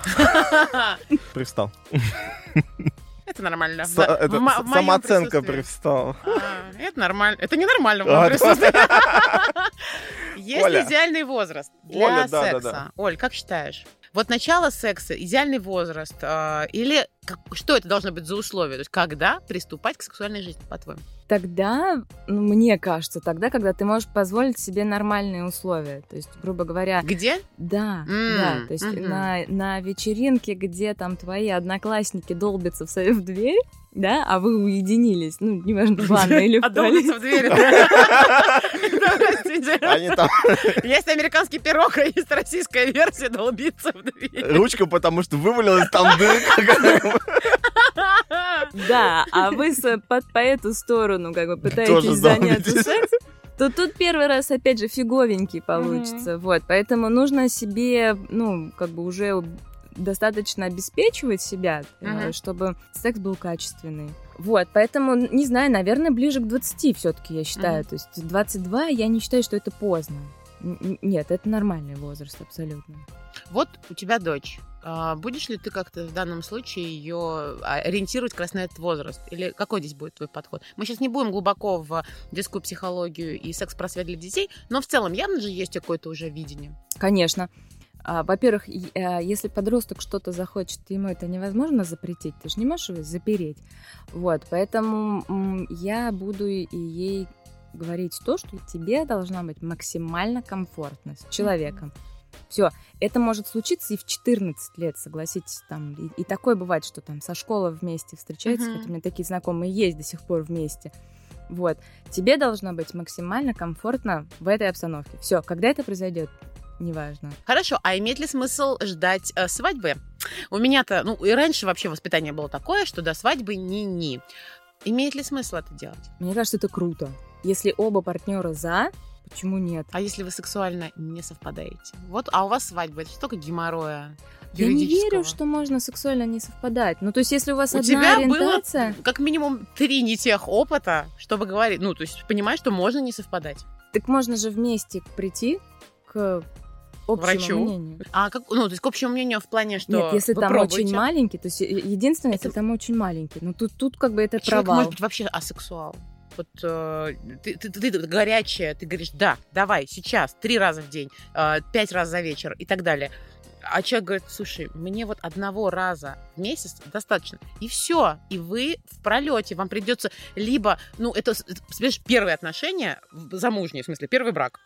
Привстал. Это нормально. Самооценка привстала. Это нормально. Это ненормально в моем присутствии. Есть ли идеальный возраст для секса? Оль, как считаешь? Вот начало секса, идеальный возраст, или что это должно быть за условие? То есть когда приступать к сексуальной жизни, по-твоему? Тогда, мне кажется, когда ты можешь позволить себе нормальные условия. То есть, грубо говоря... Где? Да, да. То есть на вечеринке, где там твои одноклассники долбятся в дверь, да, а вы уединились, неважно, в ванной или в туалете. Долбятся в дверь. Есть американский пирог, а есть российская версия долбиться в дверь. Ручка, потому что вывалилась там дырка. Да, а вы по эту сторону пытаетесь заняться сексом, то тут первый раз, опять же, фиговенький получится. Вот, поэтому нужно себе, уже достаточно обеспечивать себя, чтобы секс был качественный. Вот, поэтому, не знаю, наверное, ближе к 20 все-таки, я считаю. То есть 22 я не считаю, что это поздно. Нет, это нормальный возраст абсолютно. Вот у тебя дочь. Будешь ли ты как-то в данном случае ее ориентировать как раз на этот возраст? Или какой здесь будет твой подход? Мы сейчас не будем глубоко в детскую психологию и секс-просвет для детей, но в целом явно же есть какое-то уже видение. Конечно. Во-первых, если подросток что-то захочет, ему это невозможно запретить, ты же не можешь его запереть. Вот, поэтому я буду ей говорить то, что тебе должно быть максимально комфортно с человеком. Все, это может случиться и в 14 лет, согласитесь, там, и такое бывает, что там со школы вместе встречаются, хотя у меня такие знакомые есть до сих пор вместе. Вот, тебе должно быть максимально комфортно в этой обстановке. Все, когда это произойдет, неважно. Хорошо, а имеет ли смысл ждать свадьбы? У меня-то, и раньше вообще воспитание было такое, что до свадьбы ни-ни. Имеет ли смысл это делать? Мне кажется, это круто. Если оба партнера за, почему нет? А если вы сексуально не совпадаете? Вот, а у вас свадьба, это столько геморроя юридического. Я не верю, что можно сексуально не совпадать. То есть, если у вас у одна тебя ориентация... было как минимум 3 не тех опыта, чтобы говорить. То есть, понимаешь, что можно не совпадать. Так можно же вместе прийти к общему врачу. Мнению. То есть к общему мнению в плане, что нет, если вы там пробуете. Очень маленький, то есть единственное, если там очень маленький. Тут как бы это человек провал. Может быть вообще асексуал. Вот ты горячая, ты говоришь, да, давай, сейчас, 3 раза в день, 5 раз за вечер и так далее. А человек говорит, слушай, мне вот 1 раза в месяц достаточно. И все. И вы в пролете. Вам придется либо, это, понимаешь, первые отношения, замужние, в смысле, первый брак.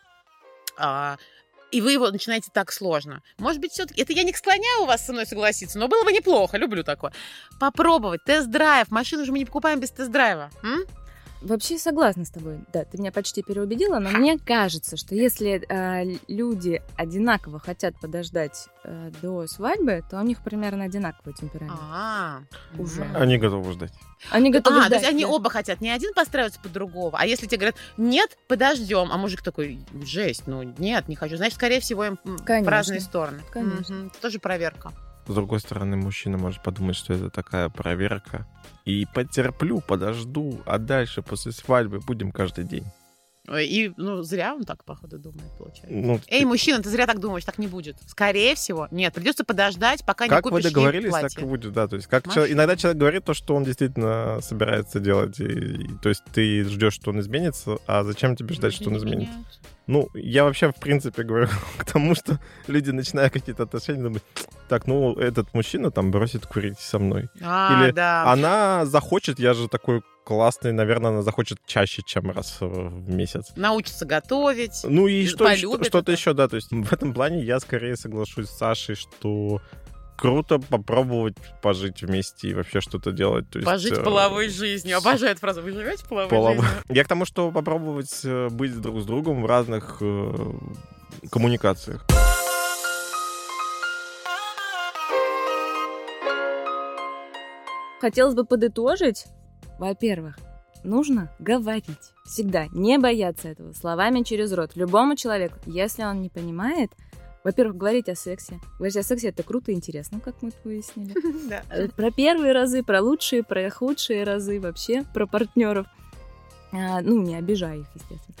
И вы его начинаете так сложно. Может быть, все-таки... Это я не склоняю вас со мной согласиться, но было бы неплохо. Люблю такое. Попробовать. Тест-драйв. Машину же мы не покупаем без тест-драйва. Вообще согласна с тобой. Да, ты меня почти переубедила, но мне кажется, что если люди одинаково хотят подождать до свадьбы, то у них примерно одинаковый темперамент. Уже. Они готовы ждать. Они готовы ждать. То есть они оба хотят. Не один подстраиваться под другого. А если тебе говорят, нет, подождем. А мужик такой, жесть, нет, не хочу. Значит, скорее всего, им в разные стороны. Конечно. Это тоже проверка. С другой стороны, мужчина может подумать, что это такая проверка. И потерплю, подожду, а дальше после свадьбы будем каждый день. И, зря он так, походу, думает, получается. Эй, мужчина, ты зря так думаешь, так не будет. Скорее всего, нет, придется подождать, пока не купишь ей платье. Как вы договорились, так и будет, да. То есть, иногда человек говорит то, что он действительно собирается делать. То есть, ты ждешь, что он изменится, а зачем тебе ждать, что он изменится? Я вообще, в принципе, говорю к тому, что люди, начиная какие-то отношения, думают, так, этот мужчина там бросит курить со мной. Или она захочет, я же такой классный, наверное, она захочет чаще, чем раз в месяц. Научится готовить. И что-то еще, да. То есть в этом плане я скорее соглашусь с Сашей, что круто попробовать пожить вместе и вообще что-то делать. То есть, пожить половой жизнью. Обожаю эту фразу. Вы живете половой жизнью? Я к тому, что попробовать быть друг с другом в разных коммуникациях. Хотелось бы подытожить. Во-первых, нужно говорить. Всегда. Не бояться этого. Словами через рот. Любому человеку, если он не понимает, во-первых, говорить о сексе. Говорить о сексе — это круто и интересно, как мы выяснили. Про первые разы, про лучшие, про худшие разы вообще, про партнеров. Не обижай их, естественно.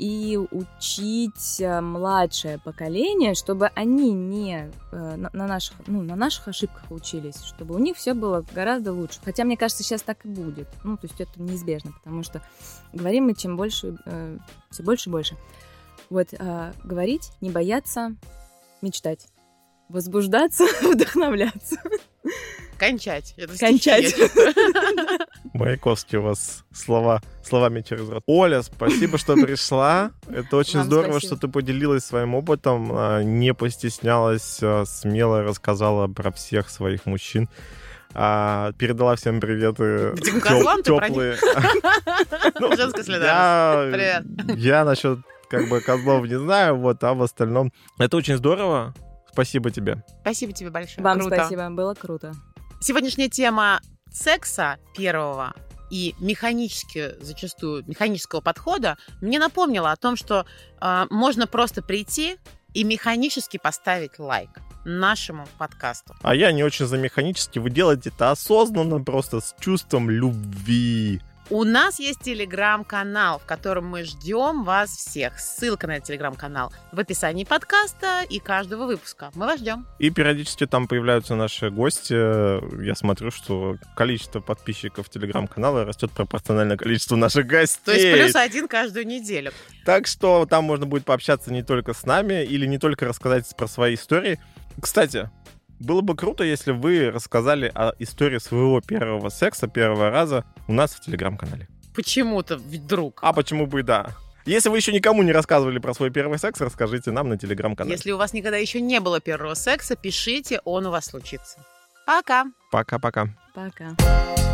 и учить младшее поколение, чтобы они не на наших ошибках учились, чтобы у них все было гораздо лучше. Хотя, мне кажется, сейчас так и будет. То есть это неизбежно, потому что говорим мы чем больше, все больше и больше. Вот, говорить, не бояться, мечтать, возбуждаться, вдохновляться. Кончать. Кончать. Маяковский у вас словами через рот. Оля, спасибо, что пришла. Это очень Вам здорово, спасибо. что ты поделилась своим опытом, не постеснялась, смело рассказала про всех своих мужчин. Передала всем приветы теплые. Женская солидарность. Привет. Я насчет козлов не знаю, а в остальном это очень здорово. Спасибо тебе. Спасибо тебе большое. Вам Круто. спасибо, было круто. Сегодняшняя тема секса первого и механического подхода мне напомнила о том, что можно просто прийти и механически поставить лайк нашему подкасту. А я не очень за механически. Вы делаете это осознанно, просто с чувством любви. У нас есть телеграм-канал, в котором мы ждем вас всех. Ссылка на этот телеграм-канал в описании подкаста и каждого выпуска. Мы вас ждем. И периодически там появляются наши гости. Я смотрю, что количество подписчиков телеграм-канала растет пропорционально количеству наших гостей. То есть +1 каждую неделю. Так что там можно будет пообщаться не только с нами или не только рассказать про свои истории. Кстати, было бы круто, если вы рассказали о истории своего первого секса, первого раза у нас в телеграм-канале. Почему-то вдруг. А почему бы и да. Если вы еще никому не рассказывали про свой первый секс, расскажите нам на телеграм-канале. Если у вас никогда еще не было первого секса, пишите, он у вас случится. Пока. Пока-пока. Пока.